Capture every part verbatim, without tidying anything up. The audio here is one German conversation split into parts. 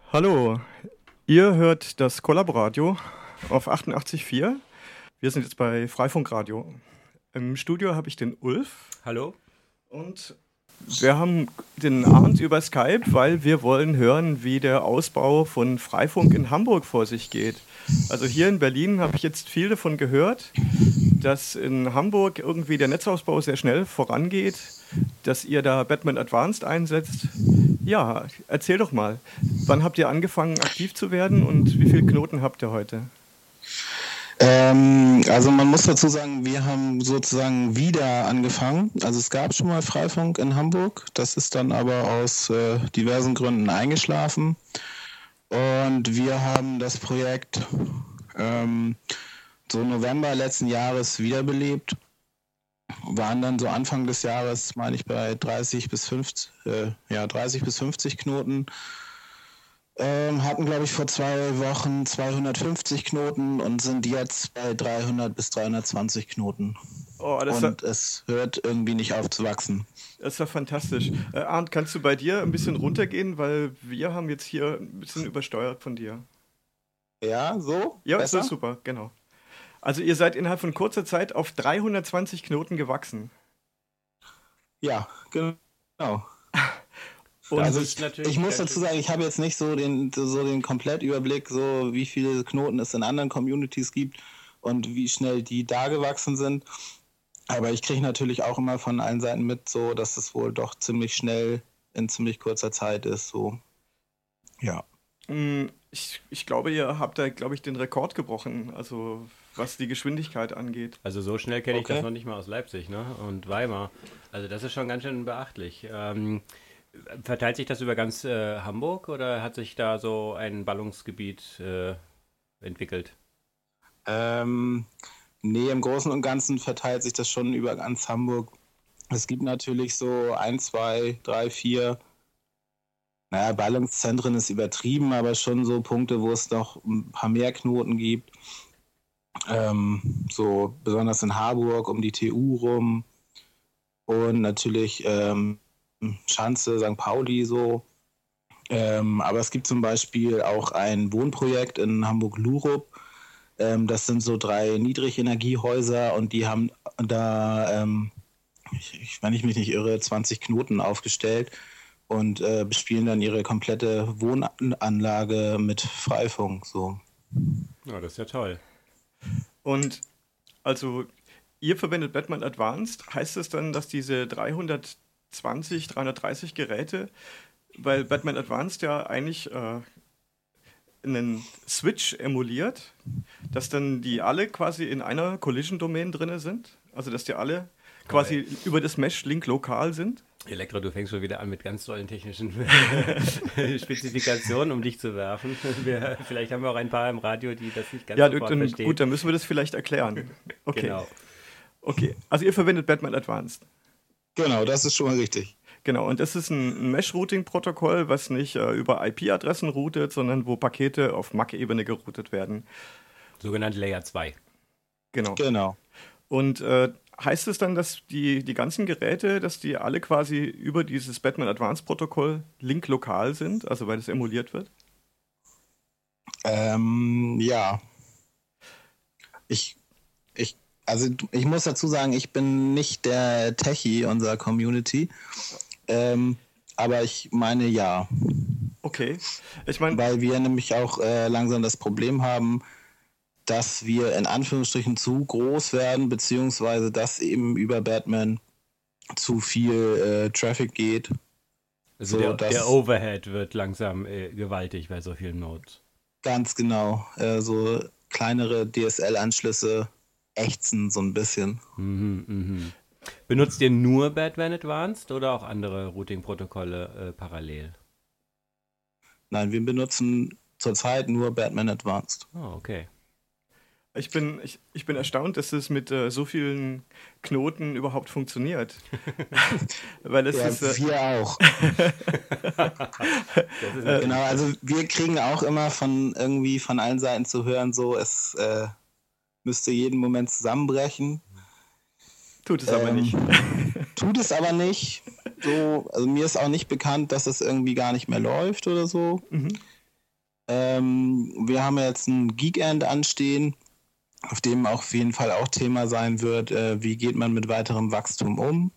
Hallo, ihr hört das Kollaboradio auf achtundachtzig Komma vier. Wir sind jetzt bei Freifunkradio. Im Studio habe ich den Ulf. Hallo. Und wir haben den Arndt über Skype, weil wir wollen hören, wie der Ausbau von Freifunk in Hamburg vor sich geht. Also hier in Berlin habe ich jetzt viel davon gehört, dass in Hamburg irgendwie der Netzausbau sehr schnell vorangeht, dass ihr da Batman Advanced einsetzt. Ja, erzähl doch mal, wann habt ihr angefangen aktiv zu werden und wie viele Knoten habt ihr heute? Ähm, also man muss dazu sagen, wir haben sozusagen wieder angefangen. Also es gab schon mal Freifunk in Hamburg, das ist dann aber aus äh, diversen Gründen eingeschlafen. Und wir haben das Projekt ähm, so November letzten Jahres wiederbelebt. Waren dann so Anfang des Jahres, meine ich, bei dreißig bis fünfzig, äh, ja, dreißig bis fünfzig Knoten. Ähm, hatten, glaube ich, vor zwei Wochen zweihundertfünfzig Knoten und sind jetzt bei dreihundert bis dreihundertzwanzig Knoten. Oh, das und ja, es hört irgendwie nicht auf zu wachsen. Das ist ja fantastisch. Äh, Arndt, kannst du bei dir ein bisschen runtergehen, weil wir haben jetzt hier ein bisschen übersteuert von dir. Ja, so? Ja, Besser? das ist super, genau. Also ihr seid innerhalb von kurzer Zeit auf dreihundertzwanzig Knoten gewachsen. Ja, genau. Und also ich, ich muss dazu sagen, ich habe jetzt nicht so den, so den Komplettüberblick, so wie viele Knoten es in anderen Communities gibt und wie schnell die da gewachsen sind. Aber ich kriege natürlich auch immer von allen Seiten mit, so dass es wohl doch ziemlich schnell in ziemlich kurzer Zeit ist. So, ja. Ich, ich glaube, ihr habt da, glaube ich, den Rekord gebrochen, also was die Geschwindigkeit angeht. Also so schnell kenne ich okay. das noch nicht mal aus Leipzig, ne? Und Weimar. Also das ist schon ganz schön beachtlich. Ähm, verteilt sich das über ganz äh, Hamburg oder hat sich da so ein Ballungsgebiet äh, entwickelt? Ähm, nee, im Großen und Ganzen verteilt sich das schon über ganz Hamburg. Es gibt natürlich so ein, zwei, drei, vier, naja, Ballungszentren ist übertrieben, aber schon so Punkte, wo es noch ein paar mehr Knoten gibt. Ähm, so besonders in Harburg um die T U rum und natürlich ähm, Schanze, Sankt Pauli so. Ähm, aber es gibt zum Beispiel auch ein Wohnprojekt in Hamburg-Lurup. Ähm, das sind so drei Niedrigenergiehäuser und die haben da, ähm, ich, ich, wenn ich mich nicht irre, zwanzig Knoten aufgestellt und äh, bespielen dann ihre komplette Wohnanlage mit Freifunk. So. Ja, das ist ja toll. Und also ihr verwendet Batman Advanced, heißt es dann, dass diese dreihundertzwanzig, dreihundertdreißig Geräte, weil Batman Advanced ja eigentlich äh, einen Switch emuliert, dass dann die alle quasi in einer Collision-Domain drin sind? Also dass die alle quasi okay. über das Mesh-Link lokal sind? Elektro, du fängst schon wieder an mit ganz tollen technischen Spezifikationen, um dich zu werfen. Wir, vielleicht haben wir auch ein paar im Radio, die das nicht ganz ja, sofort dann, verstehen. Gut, dann müssen wir das vielleicht erklären. Okay. Genau. Okay, also ihr verwendet Batman Advanced. Genau, das ist schon mal richtig. Genau, und das ist ein Mesh-Routing-Protokoll, was nicht äh, über I P-Adressen routet, sondern wo Pakete auf M A C-Ebene geroutet werden. Sogenannte Layer zwei. Genau. Genau. Und äh, heißt es dann, dass die, die ganzen Geräte, dass die alle quasi über dieses Batman Advanced Protokoll linklokal sind, also weil das emuliert wird? Ähm, ja. Ich, ich, also ich muss dazu sagen, ich bin nicht der Techie unserer Community, ähm, aber ich meine ja. Okay. Ich meine, weil wir nämlich auch äh, langsam das Problem haben, dass wir in Anführungsstrichen zu groß werden, beziehungsweise dass eben über Batman zu viel äh, Traffic geht. Also so, der, der Overhead wird langsam äh, gewaltig bei so vielen Nodes. Ganz genau. Äh, so kleinere D S L-Anschlüsse ächzen so ein bisschen. Mhm, mhm. Benutzt ihr nur Batman Advanced oder auch andere Routing-Protokolle äh, parallel? Nein, wir benutzen zurzeit nur Batman Advanced. Oh, okay. Ich bin, ich, ich bin erstaunt, dass es mit äh, so vielen Knoten überhaupt funktioniert. Weil es ja, ist, äh wir auch. äh, genau, also wir kriegen auch immer von irgendwie von allen Seiten zu hören, so es äh, müsste jeden Moment zusammenbrechen. Tut es ähm, aber nicht. Tut es aber nicht. So, also mir ist auch nicht bekannt, dass es irgendwie gar nicht mehr läuft oder so. Mhm. Ähm, wir haben jetzt ein Geekend anstehen, auf dem auch auf jeden Fall auch Thema sein wird, äh, wie geht man mit weiterem Wachstum um.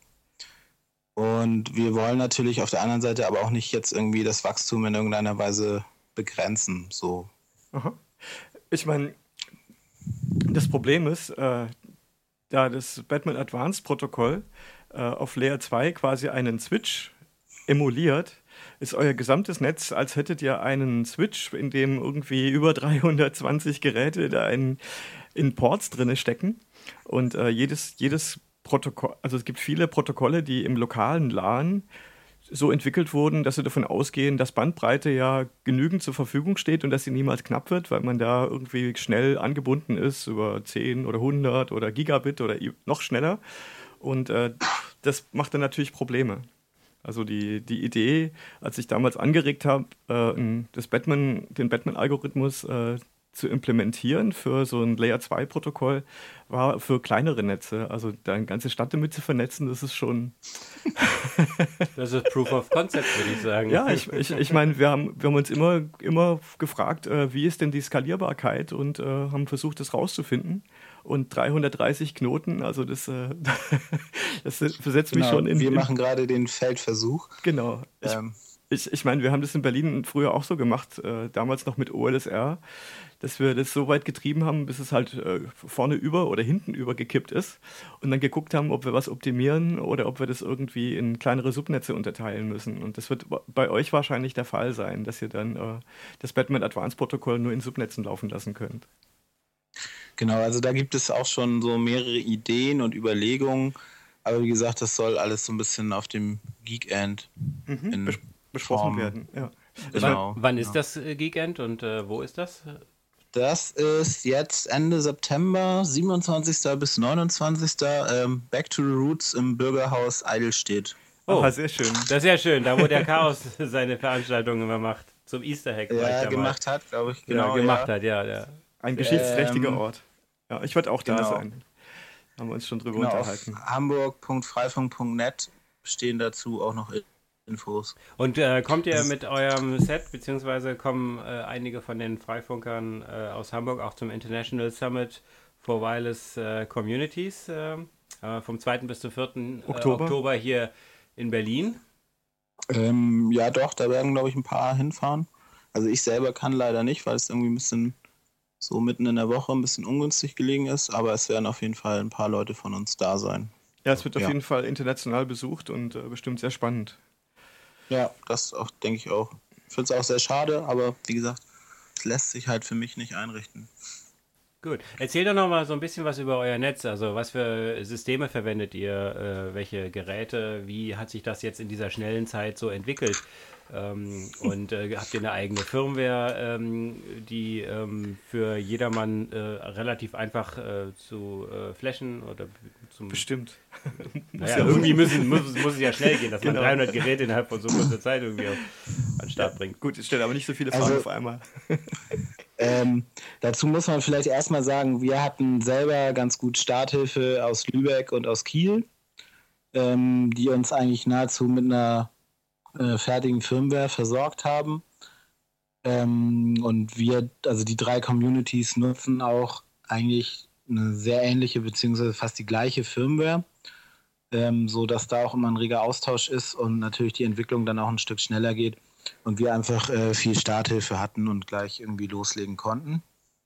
Und wir wollen natürlich auf der anderen Seite aber auch nicht jetzt irgendwie das Wachstum in irgendeiner Weise begrenzen. So. Aha. Ich meine, das Problem ist, äh, da das Batman Advanced Protokoll äh, auf Layer zwei quasi einen Switch emuliert, ist euer gesamtes Netz, als hättet ihr einen Switch, in dem irgendwie über dreihundertzwanzig Geräte da in, in Ports drinne stecken. Und äh, jedes, jedes Protokoll, also es gibt viele Protokolle, die im lokalen LAN so entwickelt wurden, dass sie davon ausgehen, dass Bandbreite ja genügend zur Verfügung steht und dass sie niemals knapp wird, weil man da irgendwie schnell angebunden ist über zehn oder hundert oder Gigabit oder i- noch schneller. Und äh, das macht dann natürlich Probleme. Also die, die Idee, als ich damals angeregt habe, äh, ein- das Batman, den Batman-Algorithmus äh, zu implementieren für so ein Layer zwei Protokoll, war für kleinere Netze. Also da eine ganze Stadt damit zu vernetzen, das ist schon. Das ist Proof of Concept, würde ich sagen. Ja, ich, ich, ich meine, wir haben, wir haben uns immer, immer gefragt, äh, wie ist denn die Skalierbarkeit und äh, haben versucht, das rauszufinden. Und dreihundertdreißig Knoten, also das, äh, das versetzt mich Genau, schon in. wir in machen gerade den Feldversuch. genau. Ich, Ähm, ich, ich meine, wir haben das in Berlin früher auch so gemacht, äh, damals noch mit O L S R, dass wir das so weit getrieben haben, bis es halt äh, vorne über oder hinten über gekippt ist und dann geguckt haben, ob wir was optimieren oder ob wir das irgendwie in kleinere Subnetze unterteilen müssen. Und das wird bei euch wahrscheinlich der Fall sein, dass ihr dann äh, das Batman Advanced Protokoll nur in Subnetzen laufen lassen könnt. genau, also da gibt es auch schon so mehrere Ideen und Überlegungen. Aber wie gesagt, das soll alles so ein bisschen auf dem Geekend Mhm. in Bes besprochen Form. werden, ja. Ich mein, Genau. Wann ist genau. das äh, Geekend und äh, wo ist das? Das ist jetzt Ende September, siebenundzwanzigsten bis neunundzwanzigsten Ähm, Back to the Roots im Bürgerhaus Eidelstedt. Oh, aha, sehr schön. das ist ja schön, da wo der Chaos seine Veranstaltungen immer macht. Zum Easter Hack war ich Ja, da gemacht hat, glaube ich. mal. Ja, Genau, gemacht ja. hat, ja. ja. Ein geschichtsträchtiger Ähm, Ort. Ja, ich werde auch da genau. sein. Haben wir uns schon drüber Genau, auf unterhalten. hamburg punkt freifunk punkt net stehen dazu auch noch Infos. Und äh, kommt ihr Das- mit eurem Set, beziehungsweise kommen äh, einige von den Freifunkern äh, aus Hamburg auch zum International Summit for Wireless äh, Communities äh, äh, vom zweiten bis zum vierten Äh, Oktober. Oktober hier in Berlin? Ähm, ja, doch, da werden, glaube ich, ein paar hinfahren. Also ich selber kann leider nicht, weil es irgendwie ein bisschen so mitten in der Woche ein bisschen ungünstig gelegen ist, aber es werden auf jeden Fall ein paar Leute von uns da sein. Ja, es wird auf Ja. jeden Fall international besucht und äh, bestimmt sehr spannend. Ja, das auch, denke ich auch. Ich finde es auch sehr schade, aber wie gesagt, es lässt sich halt für mich nicht einrichten. Gut. Erzähl doch noch mal so ein bisschen was über euer Netz. Also was für Systeme verwendet ihr, äh, welche Geräte, wie hat sich das jetzt in dieser schnellen Zeit so entwickelt? Ähm, und äh, habt ihr eine eigene Firmware, ähm, die ähm, für jedermann äh, relativ einfach äh, zu äh, flashen oder zum... Bestimmt. Naja, ja irgendwie müssen, muss, muss es ja schnell gehen, dass Genau. man dreihundert Geräte innerhalb von so kurzer Zeit irgendwie auf, an den Start bringt. Gut, ich stelle aber nicht so viele Also- Fragen auf einmal. Ähm, dazu muss man vielleicht erstmal sagen, wir hatten selber ganz gut Starthilfe aus Lübeck und aus Kiel, ähm, die uns eigentlich nahezu mit einer äh, fertigen Firmware versorgt haben. Ähm, und wir, also die drei Communities nutzen auch eigentlich eine sehr ähnliche beziehungsweise fast die gleiche Firmware, ähm, so dass da auch immer ein reger Austausch ist und natürlich die Entwicklung dann auch ein Stück schneller geht und wir einfach äh, viel Starthilfe hatten und gleich irgendwie loslegen konnten.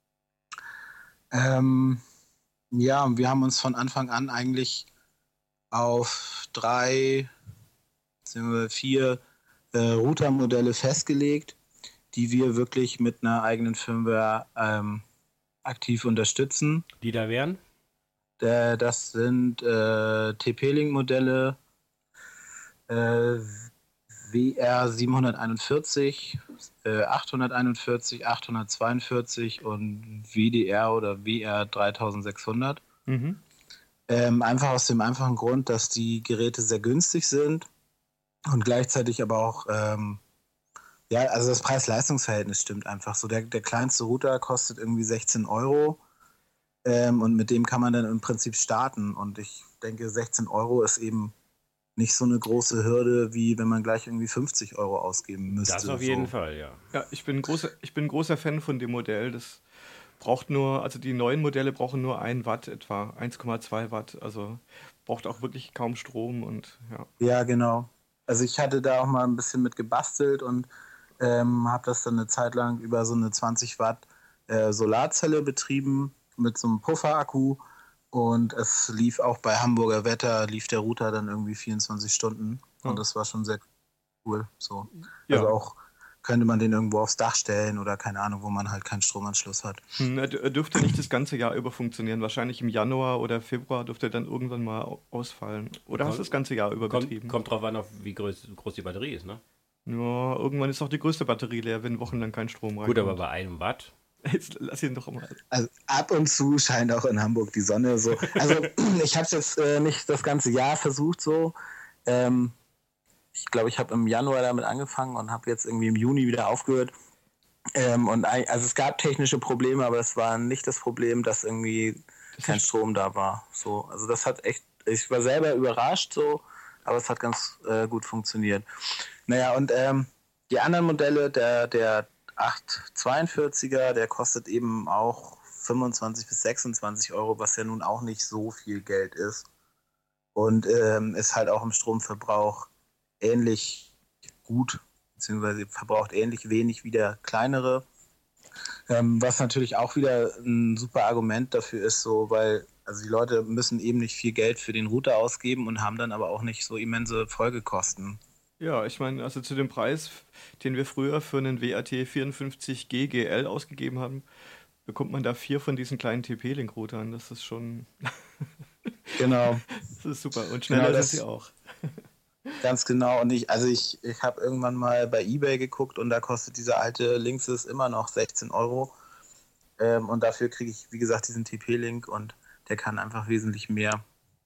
Ähm, ja, und wir haben uns von Anfang an eigentlich auf drei, beziehungsweise vier äh, Routermodelle festgelegt, die wir wirklich mit einer eigenen Firmware ähm, aktiv unterstützen. Die da wären? Äh, das sind äh, T P-Link-Modelle, äh, W R siebenhunderteinundvierzig, äh, achthunderteinundvierzig, achthundertzweiundvierzig und W D R oder W R dreitausendsechshundert. Mhm. Ähm, einfach aus dem einfachen Grund, dass die Geräte sehr günstig sind und gleichzeitig aber auch, ähm, ja, also das Preis-Leistungs-Verhältnis stimmt einfach so. Der, der kleinste Router kostet irgendwie sechzehn Euro ähm, und mit dem kann man dann im Prinzip starten und ich denke, sechzehn Euro ist eben nicht so eine große Hürde, wie wenn man gleich irgendwie fünfzig Euro ausgeben müsste. Das auf jeden so. Fall, ja. Ja, ich bin großer, ich bin großer Fan von dem Modell. Das braucht nur, also die neuen Modelle brauchen nur ein Watt etwa, eins Komma zwei Watt. Also braucht auch wirklich kaum Strom und ja. Ja, genau. Also ich hatte da auch mal ein bisschen mit gebastelt und ähm, habe das dann eine Zeit lang über so eine zwanzig Watt äh, Solarzelle betrieben mit so einem Pufferakku. Und es lief auch bei Hamburger Wetter, lief der Router dann irgendwie vierundzwanzig Stunden. Und Ja. das war schon sehr cool. So. Ja. Also auch könnte man den irgendwo aufs Dach stellen oder keine Ahnung, wo man halt keinen Stromanschluss hat. Hm, Er d- er dürfte nicht das ganze Jahr über funktionieren. Wahrscheinlich im Januar oder Februar dürfte er dann irgendwann mal au- ausfallen. Oder hast du das ganze Jahr über betrieben? Kommt, kommt drauf an, auf wie groß, groß die Batterie ist, ne? Ja, irgendwann ist auch die größte Batterie leer, wenn wochenlang kein Strom reinkommt. Gut, aber bei einem Watt. Jetzt lass ihn doch mal. Also ab und zu scheint auch in Hamburg die Sonne so. Also ich habe es jetzt äh, nicht das ganze Jahr versucht so. Ähm, ich glaube, ich habe im Januar damit angefangen und habe jetzt irgendwie im Juni wieder aufgehört. Ähm, und ei- also es gab technische Probleme, aber es war nicht das Problem, dass irgendwie kein Strom da war. So, also das hat echt, ich war selber überrascht so, aber es hat ganz äh, gut funktioniert. Naja, und ähm, die anderen Modelle, der, der achthundertzweiundvierziger, der kostet eben auch fünfundzwanzig bis sechsundzwanzig Euro, was ja nun auch nicht so viel Geld ist. Und ähm, ist halt auch im Stromverbrauch ähnlich gut, beziehungsweise verbraucht ähnlich wenig wie der kleinere. Ähm, was natürlich auch wieder ein super Argument dafür ist, so, weil also die Leute müssen eben nicht viel Geld für den Router ausgeben und haben dann aber auch nicht so immense Folgekosten. Ja, ich meine, also zu dem Preis, den wir früher für einen W A T vierundfünfzig G G L ausgegeben haben, bekommt man da vier von diesen kleinen T P-Link-Routern. Das ist schon, Genau. das ist super. Und schneller Genau, sind das- sie auch. Ganz genau. Und ich, also ich, ich habe irgendwann mal bei eBay geguckt und da kostet dieser alte Linksys immer noch sechzehn Euro. Ähm, und dafür kriege ich, wie gesagt, diesen T P-Link und der kann einfach wesentlich mehr.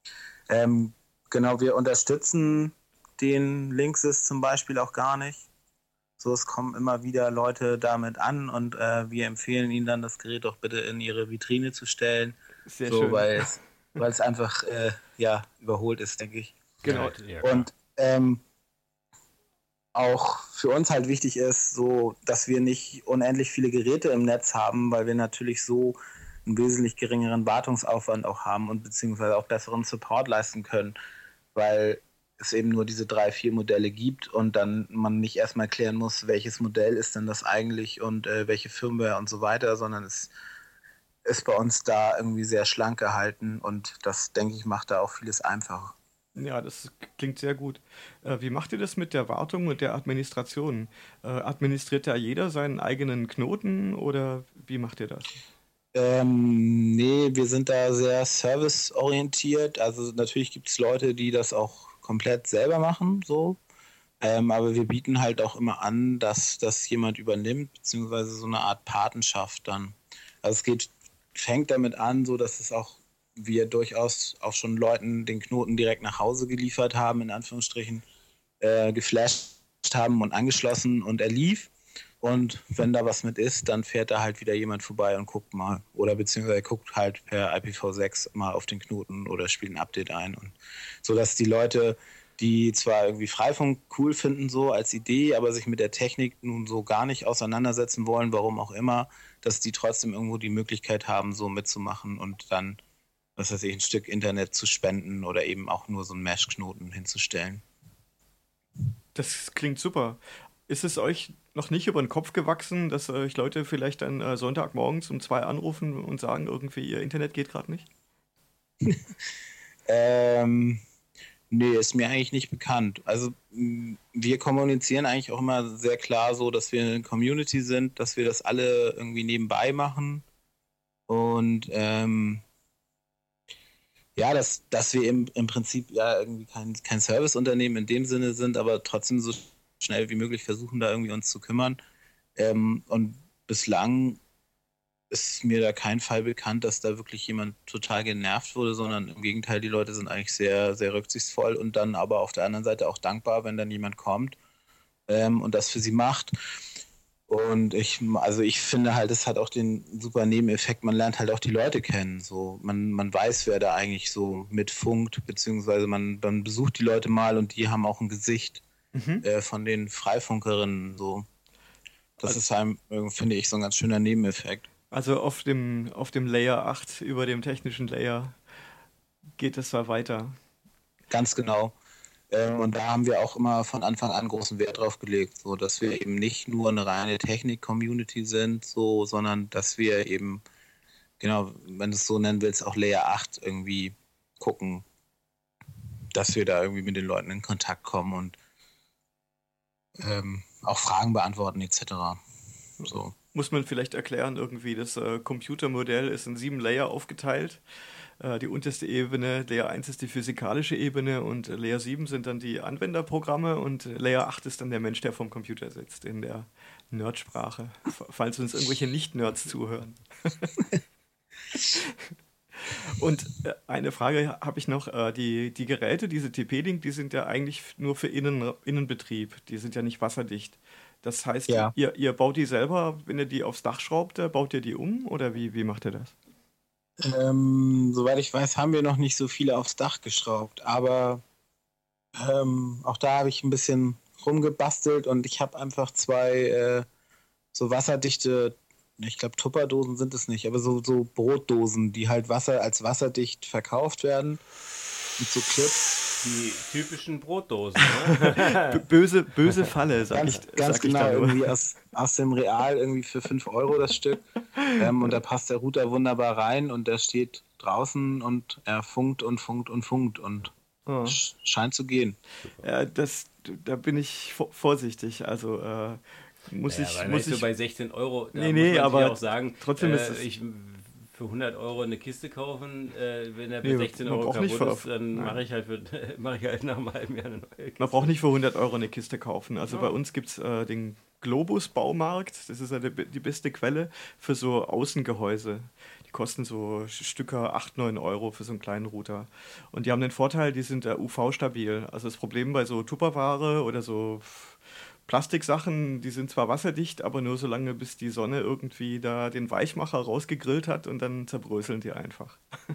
Ähm, genau, wir unterstützen den Linksys zum Beispiel auch gar nicht. So, es kommen immer wieder Leute damit an und äh, wir empfehlen ihnen dann, das Gerät doch bitte in ihre Vitrine zu stellen. Sehr so, schön. weil es, weil es einfach äh, ja, überholt ist, denke ich. Genau. Ja, ja, klar. Und ähm, auch für uns halt wichtig ist, so, dass wir nicht unendlich viele Geräte im Netz haben, weil wir natürlich so einen wesentlich geringeren Wartungsaufwand auch haben und beziehungsweise auch besseren Support leisten können, weil es eben nur diese drei, vier Modelle gibt und dann man nicht erstmal klären muss, welches Modell ist denn das eigentlich und äh, welche Firmware und so weiter, sondern es ist bei uns da irgendwie sehr schlank gehalten und das, denke ich, macht da auch vieles einfacher. Ja, das klingt sehr gut. Äh, wie macht ihr das mit der Wartung und der Administration? Äh, administriert da jeder seinen eigenen Knoten oder wie macht ihr das? Ähm, nee, wir sind da sehr serviceorientiert. Also natürlich gibt es Leute, die das auch komplett selber machen, so. Ähm, aber wir bieten halt auch immer an, dass das jemand übernimmt, beziehungsweise so eine Art Patenschaft dann. Also es geht, fängt damit an, so dass es auch wir durchaus auch schon Leuten den Knoten direkt nach Hause geliefert haben, in Anführungsstrichen, äh, geflasht haben und angeschlossen und er lief. Und wenn da was mit ist, dann fährt da halt wieder jemand vorbei und guckt mal. Oder beziehungsweise guckt halt per I P v sechs mal auf den Knoten oder spielt ein Update ein. Und so dass die Leute, die zwar irgendwie Freifunk cool finden, so als Idee, aber sich mit der Technik nun so gar nicht auseinandersetzen wollen, warum auch immer, dass die trotzdem irgendwo die Möglichkeit haben, so mitzumachen und dann, was weiß ich, ein Stück Internet zu spenden oder eben auch nur so einen Mesh-Knoten hinzustellen. Das klingt super. Ist es euch noch nicht über den Kopf gewachsen, dass euch Leute vielleicht dann äh, Sonntagmorgens um zwei anrufen und sagen, irgendwie ihr Internet geht gerade nicht? Ähm, nee, ist mir eigentlich nicht bekannt. Also mh, wir kommunizieren eigentlich auch immer sehr klar so, dass wir eine Community sind, dass wir das alle irgendwie nebenbei machen und ähm, ja, dass, dass wir im, im Prinzip ja irgendwie kein, kein Serviceunternehmen in dem Sinne sind, aber trotzdem so schnell wie möglich versuchen, da irgendwie uns zu kümmern. Ähm, und bislang ist mir da kein Fall bekannt, dass da wirklich jemand total genervt wurde, sondern im Gegenteil, die Leute sind eigentlich sehr, sehr rücksichtsvoll und dann aber auf der anderen Seite auch dankbar, wenn dann jemand kommt ähm, und das für sie macht. Und ich, also ich finde halt, es hat auch den super Nebeneffekt, man lernt halt auch die Leute kennen. So, man, man weiß, wer da eigentlich so mitfunkt, beziehungsweise man, man besucht die Leute mal und die haben auch ein Gesicht Mhm. äh, von den Freifunkerinnen. So. Das Also, ist einem, äh, finde ich, so ein ganz schöner Nebeneffekt. also auf dem, auf dem Layer acht über dem technischen Layer geht es da weiter. Ganz genau. Ähm, und da haben wir auch immer von Anfang an großen Wert drauf gelegt, so dass wir eben nicht nur eine reine Technik-Community sind, so, sondern dass wir eben, genau, wenn du es so nennen willst, auch Layer acht irgendwie gucken, dass wir da irgendwie mit den Leuten in Kontakt kommen und ähm, auch Fragen beantworten et cetera. So. Muss man vielleicht erklären, irgendwie, das äh, Computermodell ist in sieben Layer aufgeteilt. Äh, die unterste Ebene, Layer eins ist die physikalische Ebene und Layer sieben sind dann die Anwenderprogramme und Layer acht ist dann der Mensch, der vom Computer sitzt, in der Nerdsprache. F- Falls uns irgendwelche Nicht-Nerds zuhören. Und äh, eine Frage habe ich noch. Äh, die, die Geräte, diese T P-Link, die sind ja eigentlich nur für Innen, Innenbetrieb. Die sind ja nicht wasserdicht. Das heißt, Ja. ihr, ihr baut die selber, wenn ihr die aufs Dach schraubt, äh, baut ihr die um oder wie, wie macht ihr das? Ähm, soweit ich weiß, haben wir noch nicht so viele aufs Dach geschraubt, aber ähm, auch da habe ich ein bisschen rumgebastelt und ich habe einfach zwei äh, so wasserdichte, ich glaube Tupperdosen sind es nicht, aber so, so Brotdosen, die halt Wasser als wasserdicht verkauft werden mit so Clips. Die typischen Brotdosen, ne? B böse, böse Falle, sag Ganz, ich, ganz sag ich genau, da nur. irgendwie aus, aus dem Real irgendwie für fünf Euro das Stück. Ähm, und da passt der Router wunderbar rein und der steht draußen und er funkt und funkt und funkt und Oh. sch scheint zu gehen. Ja, das, da bin ich vo- vorsichtig. Also äh, muss Naja, ich, weil muss weißt du, ich. bei sechzehn Euro, da Nee, muss nee, man aber sich auch sagen, trotzdem ist äh, es. ich für hundert Euro eine Kiste kaufen, äh, wenn er Nee, für sechzehn man Euro braucht nicht kaputt für. ist, dann Nein. mache ich halt für, mache ich halt nach einem halben Jahr eine neue Man braucht Kiste. nicht für hundert Euro eine Kiste kaufen. Also bei Ja. uns gibt es äh, den Globus-Baumarkt. Das ist ja die, die beste Quelle für so Außengehäuse. Die kosten so Stücker acht neun Euro für so einen kleinen Router. Und die haben den Vorteil, die sind äh, U V-stabil. Also das Problem bei so Tupperware oder so Plastiksachen, die sind zwar wasserdicht, aber nur so lange, bis die Sonne irgendwie da den Weichmacher rausgegrillt hat und dann zerbröseln die einfach.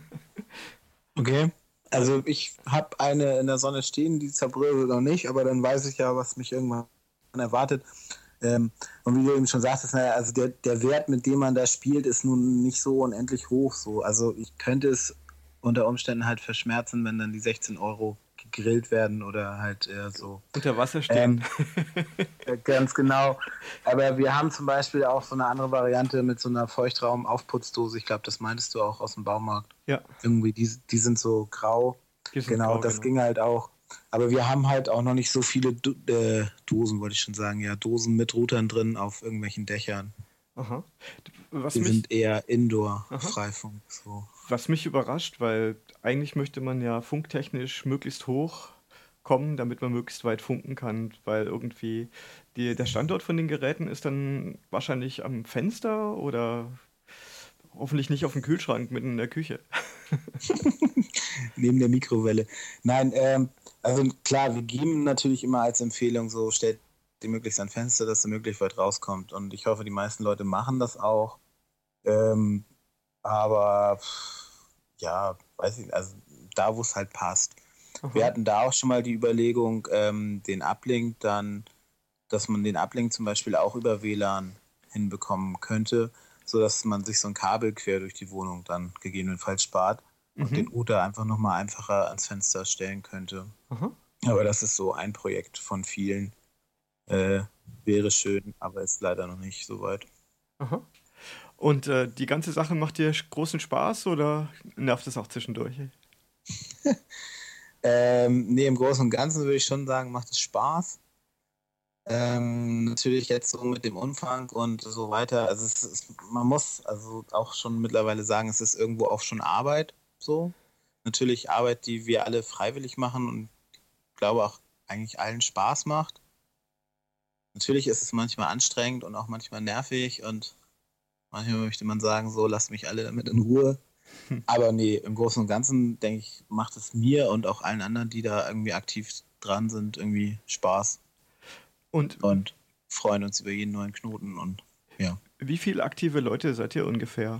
Okay. Äh, Also ich habe eine in der Sonne stehen, die zerbröselt noch nicht, aber dann weiß ich ja, was mich irgendwann erwartet. Ähm, und wie du eben schon sagtest, naja, also der, der Wert, mit dem man da spielt, ist nun nicht so unendlich hoch. So. Also ich könnte es unter Umständen halt verschmerzen, wenn dann die sechzehn Euro gegrillt werden oder halt eher so. Unter Wasser Ähm, stehen. äh, ganz genau. Aber wir haben zum Beispiel auch so eine andere Variante mit so einer Feuchtraum-Aufputzdose. Ich glaube, das meintest du auch aus dem Baumarkt. Ja, Irgendwie, die, die sind so grau. die sind Genau, grau, das genau. ging halt auch. Aber wir haben halt auch noch nicht so viele Do äh, Dosen, wollte ich schon sagen, ja, Dosen mit Routern drin auf irgendwelchen Dächern. Aha. Was Wir mich, sind eher aha. Indoor-Freifunk. So. Was mich überrascht, weil eigentlich möchte man ja funktechnisch möglichst hoch kommen, damit man möglichst weit funken kann, weil irgendwie die, der Standort von den Geräten ist dann wahrscheinlich am Fenster oder hoffentlich nicht auf dem Kühlschrank mitten in der Küche. Neben der Mikrowelle. Nein, ähm, also klar, wir geben natürlich immer als Empfehlung so, stellt die möglichst an Fenster, dass er möglichst weit rauskommt. Und ich hoffe, die meisten Leute machen das auch. Ähm, aber pff, ja, weiß ich nicht, also da, wo es halt passt. Wir Aha. hatten da auch schon mal die Überlegung, ähm, den Uplink dann, dass man den Uplink zum Beispiel auch über W L A N hinbekommen könnte, sodass man sich so ein Kabel quer durch die Wohnung dann gegebenenfalls spart und den Mhm. Router einfach nochmal einfacher ans Fenster stellen könnte. Aha. Aber das ist so ein Projekt von vielen. Äh, wäre schön, aber ist leider noch nicht so weit. Aha. Und äh, die ganze Sache macht dir sch- großen Spaß oder nervt es auch zwischendurch? Ähm, nee, im Großen und Ganzen würde ich schon sagen, macht es Spaß. Ähm, natürlich jetzt so mit dem Umfang und so weiter. Also es ist, man muss also auch schon mittlerweile sagen, es ist irgendwo auch schon Arbeit. So. Natürlich Arbeit, die wir alle freiwillig machen und ich glaube auch eigentlich allen Spaß macht. Natürlich ist es manchmal anstrengend und auch manchmal nervig und manchmal möchte man sagen, so, lasst mich alle damit in Ruhe. Aber nee, im Großen und Ganzen, denke ich, macht es mir und auch allen anderen, die da irgendwie aktiv dran sind, irgendwie Spaß. Und Und freuen uns über jeden neuen Knoten und ja. Wie viele aktive Leute seid ihr ungefähr?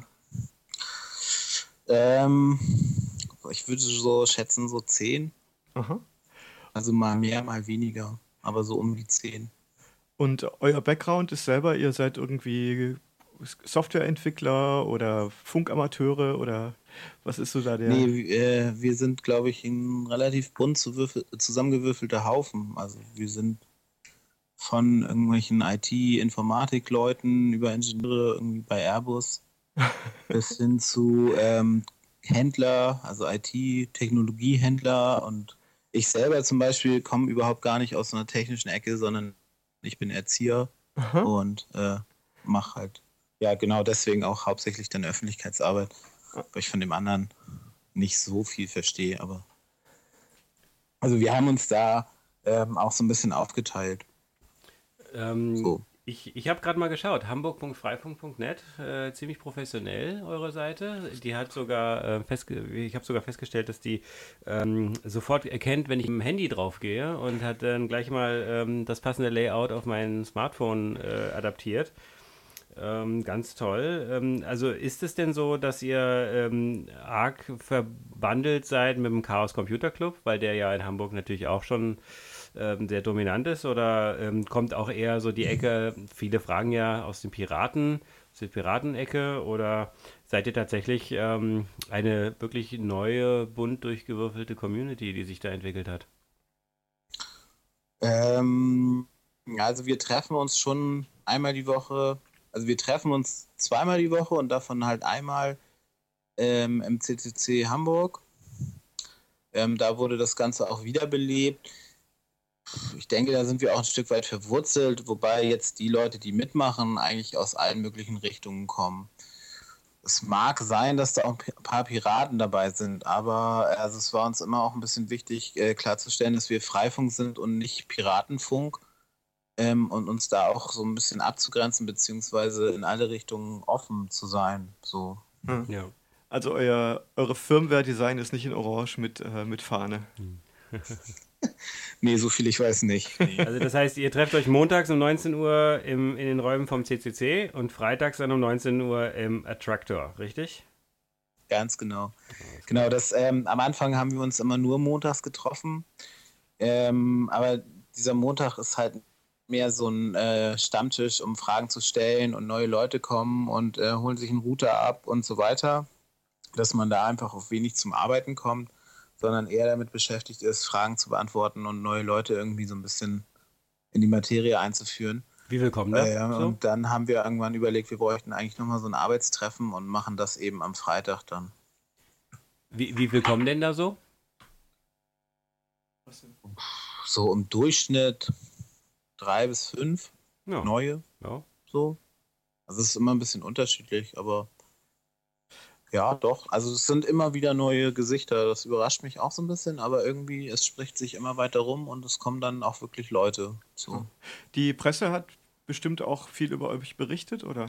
Ähm, ich würde so schätzen, so zehn. Aha. Also mal mehr, mal weniger, aber so um die zehn. Und euer Background ist selber, ihr seid irgendwie Softwareentwickler oder Funkamateure oder was ist so da der? Nee, äh, wir sind, glaube ich, ein relativ bunt zuwürfel- zusammengewürfelter Haufen. Also wir sind von irgendwelchen I T-Informatik-Leuten über Ingenieure irgendwie bei Airbus bis hin zu ähm, Händler, also I T-Technologiehändler. Und ich selber zum Beispiel komme überhaupt gar nicht aus so einer technischen Ecke, sondern ich bin Erzieher Aha. und äh, mache halt, ja genau deswegen auch hauptsächlich dann Öffentlichkeitsarbeit, weil ich von dem anderen nicht so viel verstehe. Aber also wir haben uns da ähm, auch so ein bisschen aufgeteilt. Ähm, So. ich ich habe gerade mal geschaut, hamburg punkt freifunk punkt net, äh, ziemlich professionell, eure Seite. Die hat sogar, äh, festge ich habe sogar festgestellt, dass die ähm, sofort erkennt, wenn ich mit dem Handy drauf gehe und hat dann gleich mal ähm, das passende Layout auf mein Smartphone äh, adaptiert. Ähm, ganz toll. Ähm, also ist es denn so, dass ihr ähm, arg verbandelt seid mit dem Chaos Computer Club, weil der ja in Hamburg natürlich auch schon ähm, sehr dominant ist? Oder ähm, kommt auch eher so die Ecke, viele fragen ja aus den Piraten, aus der Piratenecke, oder seid ihr tatsächlich ähm, eine wirklich neue, bunt durchgewürfelte Community, die sich da entwickelt hat? Ähm, ja, also wir treffen uns schon einmal die Woche, also wir treffen uns zweimal die Woche und davon halt einmal ähm, im C C C Hamburg. Ähm, da wurde das Ganze auch wiederbelebt. Ich denke, da sind wir auch ein Stück weit verwurzelt, wobei jetzt die Leute, die mitmachen, eigentlich aus allen möglichen Richtungen kommen. Es mag sein, dass da auch ein paar Piraten dabei sind, aber also es war uns immer auch ein bisschen wichtig, äh, klarzustellen, dass wir Freifunk sind und nicht Piratenfunk, ähm, und uns da auch so ein bisschen abzugrenzen, beziehungsweise in alle Richtungen offen zu sein. So. Hm. Ja. Also euer, eure Firmware-Design ist nicht in Orange mit, äh, mit Fahne. Nee, so viel ich weiß nicht. Nee. Also das heißt, ihr trefft euch montags um neunzehn Uhr im, in den Räumen vom C C C und freitags dann um neunzehn Uhr im Attractor, richtig? Ganz genau. Genau, das ähm, am Anfang haben wir uns immer nur montags getroffen. Ähm, aber dieser Montag ist halt mehr so ein äh, Stammtisch, um Fragen zu stellen und neue Leute kommen und äh, holen sich einen Router ab und so weiter, dass man da einfach auf wenig zum Arbeiten kommt, sondern eher damit beschäftigt ist, Fragen zu beantworten und neue Leute irgendwie so ein bisschen in die Materie einzuführen. Wie willkommen da? Äh, So? und dann haben wir irgendwann überlegt, wir bräuchten eigentlich nochmal so ein Arbeitstreffen und machen das eben am Freitag dann. Wie, wie willkommen denn da so? So im Durchschnitt drei bis fünf Ja. neue. Ja. So. Also es ist immer ein bisschen unterschiedlich, aber ja, doch. Also es sind immer wieder neue Gesichter. Das überrascht mich auch so ein bisschen, aber irgendwie, es spricht sich immer weiter rum und es kommen dann auch wirklich Leute. So. Die Presse hat bestimmt auch viel über euch berichtet, oder?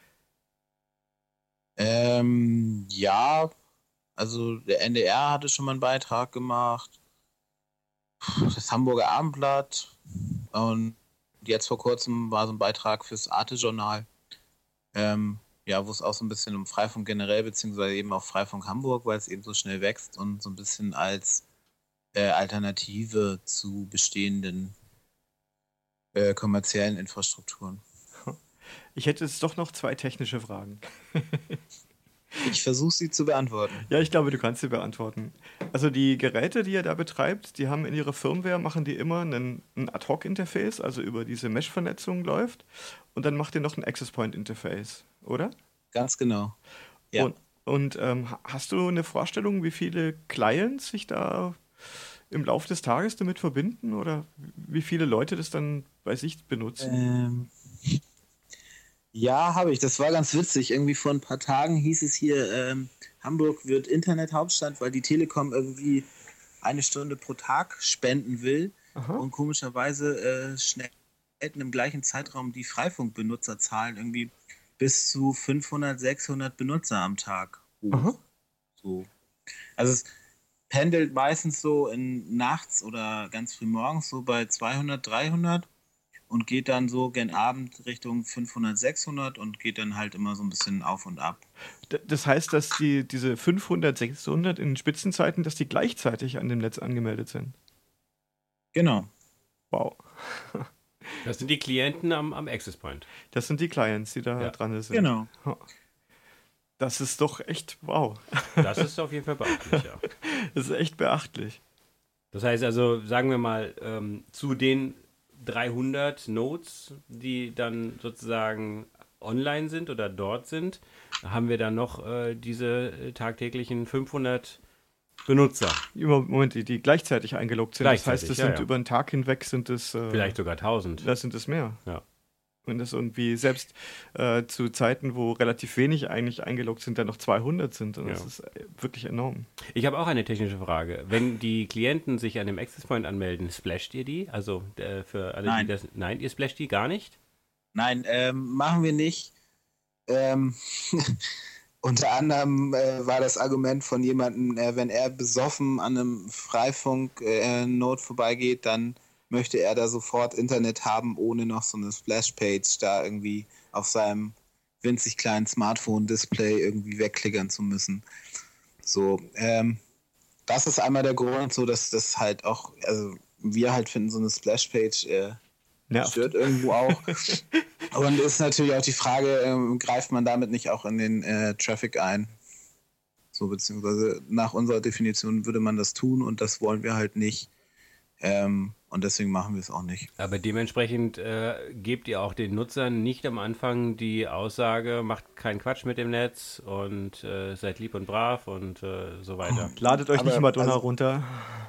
Ähm, ja, also der N D R hatte schon mal einen Beitrag gemacht, das Hamburger Abendblatt und jetzt vor kurzem war so ein Beitrag fürs Arte-Journal. Ähm, ja, wo es auch so ein bisschen um Freifunk generell, beziehungsweise eben auch Freifunk Hamburg, weil es eben so schnell wächst und so ein bisschen als äh, Alternative zu bestehenden äh, kommerziellen Infrastrukturen. Ich hätte jetzt doch noch zwei technische Fragen. Ich versuche sie zu beantworten. Ja, ich glaube, du kannst sie beantworten. Also die Geräte, die ihr da betreibt, die haben in ihrer Firmware, machen die immer einen, ein Ad-Hoc-Interface, also über diese Mesh-Vernetzung läuft. Und dann macht ihr noch ein Access-Point-Interface, oder? Ganz genau. Ja. Und, und ähm, ha- hast du eine Vorstellung, wie viele Clients sich da im Laufe des Tages damit verbinden? Oder wie viele Leute das dann bei sich benutzen? Ähm, ja, habe ich. Das war ganz witzig. Irgendwie vor ein paar Tagen hieß es hier, ähm, Hamburg wird Internethauptstadt, weil die Telekom irgendwie eine Stunde pro Tag spenden will Aha. und komischerweise äh, schnell im gleichen Zeitraum die Freifunk-Benutzerzahlen irgendwie bis zu fünfhundert, sechshundert Benutzer am Tag hoch. Aha. So. Also es pendelt meistens so in nachts oder ganz früh morgens so bei zweihundert, dreihundert und geht dann so gen Abend Richtung fünfhundert, sechshundert und geht dann halt immer so ein bisschen auf und ab. D- Das heißt, dass die, diese fünfhundert, sechshundert in Spitzenzeiten, dass die gleichzeitig an dem Netz angemeldet sind. Genau. Wow. Das sind die Klienten am, am Access Point. Das sind die Clients, die da Ja. dran sind. Genau. Das ist doch echt wow. Das ist auf jeden Fall beachtlich, ja. Das ist echt beachtlich. Das heißt also, sagen wir mal, ähm, zu den dreihundert Nodes, die dann sozusagen online sind oder dort sind, haben wir dann noch äh, diese äh, tagtäglichen fünfhundert Benutzer. Über- Moment, die, die gleichzeitig eingeloggt sind. Gleichzeitig, das heißt, das ja, sind ja. über den Tag hinweg sind es. Äh, Vielleicht sogar tausend. Da sind es mehr. Ja. Und das irgendwie selbst äh, zu Zeiten, wo relativ wenig eigentlich eingeloggt sind, dann noch zweihundert sind. Und das Ja. ist äh, wirklich enorm. Ich habe auch eine technische Frage. Wenn die Klienten sich an dem Access Point anmelden, splasht ihr die? Also äh, für alle, Nein. die das... Nein, ihr splasht die gar nicht? Nein, ähm, machen wir nicht. Ähm, unter anderem äh, war das Argument von jemandem, äh, wenn er besoffen an einem Freifunk-Node vorbeigeht, dann möchte er da sofort Internet haben, ohne noch so eine Splash-Page da irgendwie auf seinem winzig kleinen Smartphone-Display irgendwie wegklickern zu müssen. So, ähm, das ist einmal der Grund, so dass das halt auch, also wir halt finden, so eine Splash-Page äh, Nervt. stört irgendwo auch. Und ist natürlich auch die Frage, ähm, greift man damit nicht auch in den äh, Traffic ein? So, beziehungsweise nach unserer Definition würde man das tun und das wollen wir halt nicht. Ähm, und deswegen machen wir es auch nicht. Aber dementsprechend äh, gebt ihr auch den Nutzern nicht am Anfang die Aussage, macht keinen Quatsch mit dem Netz und äh, seid lieb und brav und äh, so weiter. Ladet euch Aber, nicht Madonna also- runter.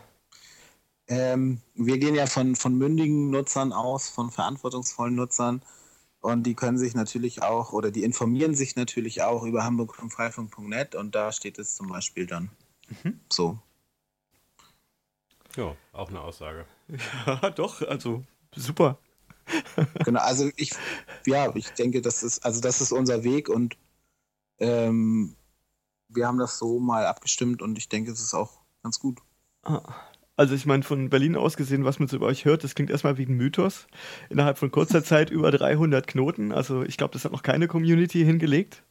Ähm, wir gehen ja von, von mündigen Nutzern aus, von verantwortungsvollen Nutzern. Und die können sich natürlich auch, oder die informieren sich natürlich auch über hamburg punkt freifunk punkt net und da steht es zum Beispiel dann. So. Ja, auch eine Aussage. Ja, doch, also super. Genau, also ich, ja, ich denke, das ist, also das ist unser Weg und ähm, wir haben das so mal abgestimmt und ich denke, es ist auch ganz gut. Also ich meine, von Berlin aus gesehen, was man so über euch hört, das klingt erstmal wie ein Mythos. Innerhalb von kurzer Zeit über dreihundert Knoten. Also ich glaube, das hat noch keine Community hingelegt.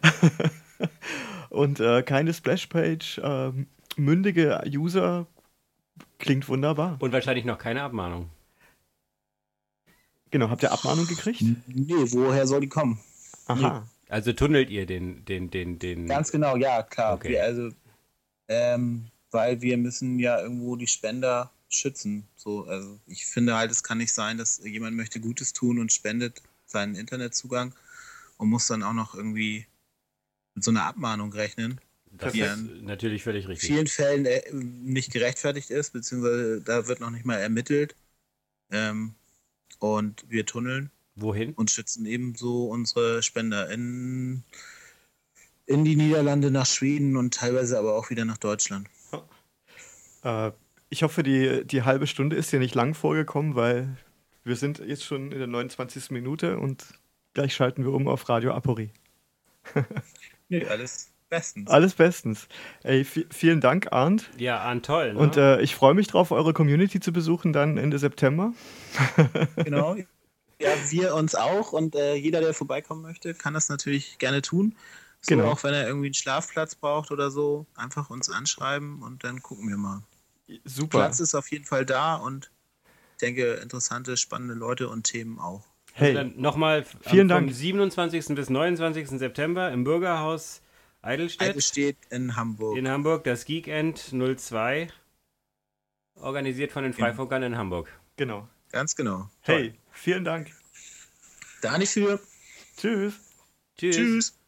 Und äh, keine Splashpage. Ähm, mündige User klingt wunderbar. Und wahrscheinlich noch keine Abmahnung. Genau, habt ihr Abmahnung gekriegt? Nee, woher soll die kommen? Aha. Also tunnelt ihr den, den, den, den. Ganz genau, ja, klar. Okay. Wir also, ähm, weil wir müssen ja irgendwo die Spender schützen. So, also ich finde halt, es kann nicht sein, dass jemand möchte Gutes tun und spendet seinen Internetzugang und muss dann auch noch irgendwie mit so einer Abmahnung rechnen. Das die ist in natürlich völlig richtig. vielen Fällen äh, nicht gerechtfertigt ist, beziehungsweise da wird noch nicht mal ermittelt. Ähm, und wir tunneln Wohin? und schützen ebenso unsere Spender in, in die Niederlande, nach Schweden und teilweise aber auch wieder nach Deutschland. Äh, ich hoffe, die, die halbe Stunde ist dir nicht lang vorgekommen, weil wir sind jetzt schon in der neunundzwanzigsten Minute und gleich schalten wir um auf Radio Apori. Nee, alles bestens. Alles bestens. Ey, vi- vielen Dank, Arndt. Ja, an toll. Ne? Und äh, ich freue mich drauf, eure Community zu besuchen dann Ende September. Genau. Ja, wir uns auch und äh, jeder, der vorbeikommen möchte, kann das natürlich gerne tun. So, Genau. auch wenn er irgendwie einen Schlafplatz braucht oder so, einfach uns anschreiben und dann gucken wir mal. Super. Platz ist auf jeden Fall da und ich denke, interessante, spannende Leute und Themen auch. Hey, Dann nochmal Vielen vom Dank. siebenundzwanzigsten bis neunundzwanzigsten September im Bürgerhaus Eidelstedt Eine steht in Hamburg. in Hamburg, das Geekend null zwei, organisiert von den Freifunkern in Hamburg. genau. Ganz genau. Hey, vielen Dank. Da nicht für. Tschüss. Tschüss. Tschüss.